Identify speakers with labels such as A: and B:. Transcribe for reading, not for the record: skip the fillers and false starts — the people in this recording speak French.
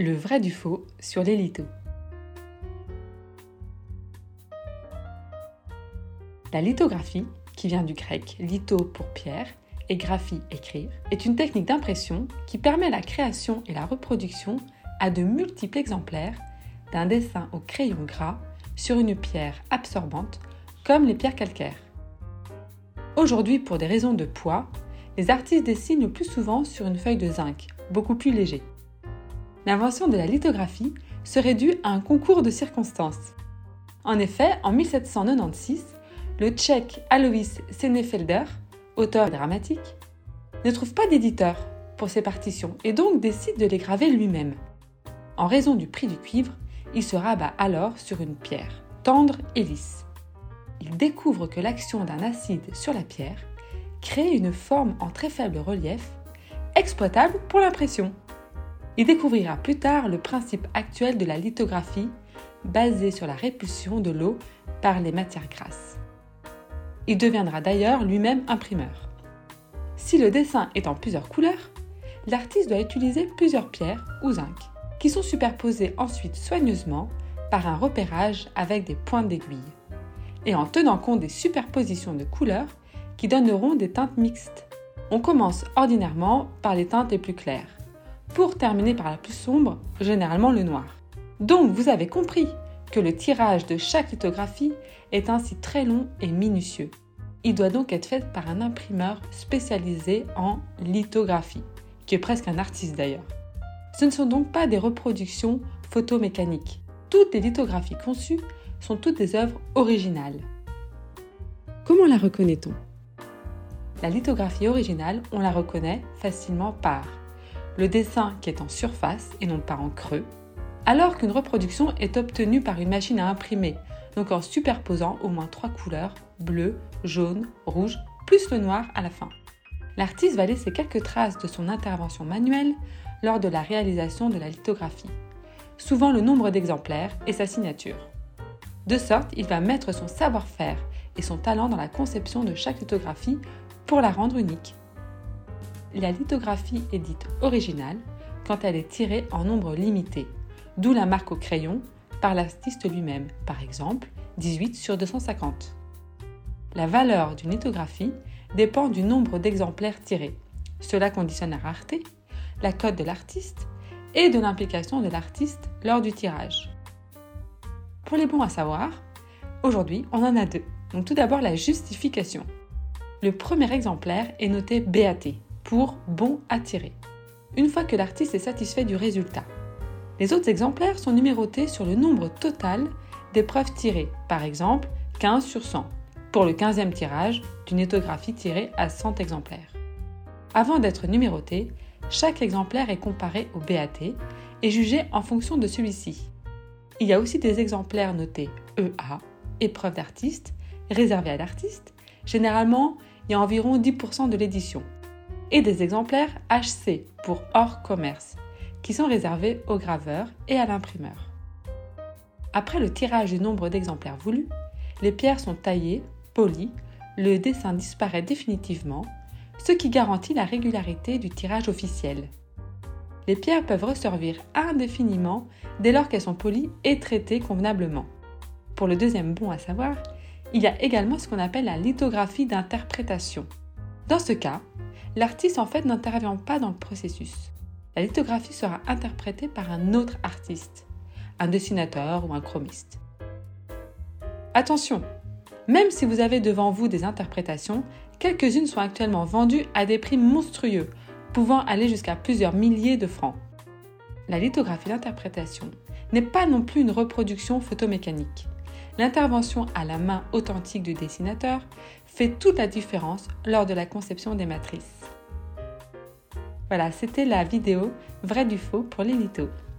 A: Le vrai du faux sur les lithos. La lithographie, qui vient du grec litho pour pierre et graphie écrire, est une technique d'impression qui permet la création et la reproduction à de multiples exemplaires d'un dessin au crayon gras sur une pierre absorbante comme les pierres calcaires. Aujourd'hui, pour des raisons de poids, les artistes dessinent le plus souvent sur une feuille de zinc, beaucoup plus léger. L'invention de la lithographie serait due à un concours de circonstances. En effet, en 1796, le Tchèque Alois Senefelder, auteur dramatique, ne trouve pas d'éditeur pour ses partitions et donc décide de les graver lui-même. En raison du prix du cuivre, il se rabat alors sur une pierre, tendre et lisse. Il découvre que l'action d'un acide sur la pierre crée une forme en très faible relief, exploitable pour l'impression. Il découvrira plus tard le principe actuel de la lithographie, basé sur la répulsion de l'eau par les matières grasses. Il deviendra d'ailleurs lui-même imprimeur. Si le dessin est en plusieurs couleurs, l'artiste doit utiliser plusieurs pierres ou zinc, qui sont superposées ensuite soigneusement par un repérage avec des pointes d'aiguille, et en tenant compte des superpositions de couleurs qui donneront des teintes mixtes. On commence ordinairement par les teintes les plus claires, pour terminer par la plus sombre, généralement le noir. Donc vous avez compris que le tirage de chaque lithographie est ainsi très long et minutieux. Il doit donc être fait par un imprimeur spécialisé en lithographie, qui est presque un artiste d'ailleurs. Ce ne sont donc pas des reproductions photomécaniques. Toutes les lithographies conçues sont toutes des œuvres originales. Comment la reconnaît-on ? La lithographie originale, on la reconnaît facilement par le dessin qui est en surface et non pas en creux, alors qu'une reproduction est obtenue par une machine à imprimer, donc en superposant au moins 3 couleurs, bleu, jaune, rouge, plus le noir à la fin. L'artiste va laisser quelques traces de son intervention manuelle lors de la réalisation de la lithographie, souvent le nombre d'exemplaires et sa signature. De sorte, il va mettre son savoir-faire et son talent dans la conception de chaque lithographie pour la rendre unique. La lithographie est dite originale quand elle est tirée en nombre limité, d'où la marque au crayon par l'artiste lui-même, par exemple 18 sur 250. La valeur d'une lithographie dépend du nombre d'exemplaires tirés. Cela conditionne la rareté, la cote de l'artiste et de l'implication de l'artiste lors du tirage. Pour les bons à savoir, aujourd'hui on en a 2. Donc tout d'abord la justification. Le premier exemplaire est noté BAT, pour bon à tirer, une fois que l'artiste est satisfait du résultat. Les autres exemplaires sont numérotés sur le nombre total des preuves tirées, par exemple 15 sur 100, pour le 15e tirage d'une lithographie tirée à 100 exemplaires. Avant d'être numéroté, chaque exemplaire est comparé au BAT et jugé en fonction de celui-ci. Il y a aussi des exemplaires notés EA, épreuve d'artiste, réservés à l'artiste. Généralement, il y a environ 10% de l'édition. Et des exemplaires HC pour hors commerce, qui sont réservés aux graveurs et à l'imprimeur. Après le tirage du nombre d'exemplaires voulu, les pierres sont taillées, polies, le dessin disparaît définitivement, ce qui garantit la régularité du tirage officiel. Les pierres peuvent resservir indéfiniment dès lors qu'elles sont polies et traitées convenablement. Pour le deuxième bon à savoir, il y a également ce qu'on appelle la lithographie d'interprétation. Dans ce cas, l'artiste en fait n'intervient pas dans le processus. La lithographie sera interprétée par un autre artiste, un dessinateur ou un chromiste. Attention, même si vous avez devant vous des interprétations, quelques-unes sont actuellement vendues à des prix monstrueux, pouvant aller jusqu'à plusieurs milliers de francs. La lithographie d'interprétation n'est pas non plus une reproduction photomécanique. L'intervention à la main authentique du dessinateur fait toute la différence lors de la conception des matrices. Voilà, c'était la vidéo Vrai du faux pour les lithos.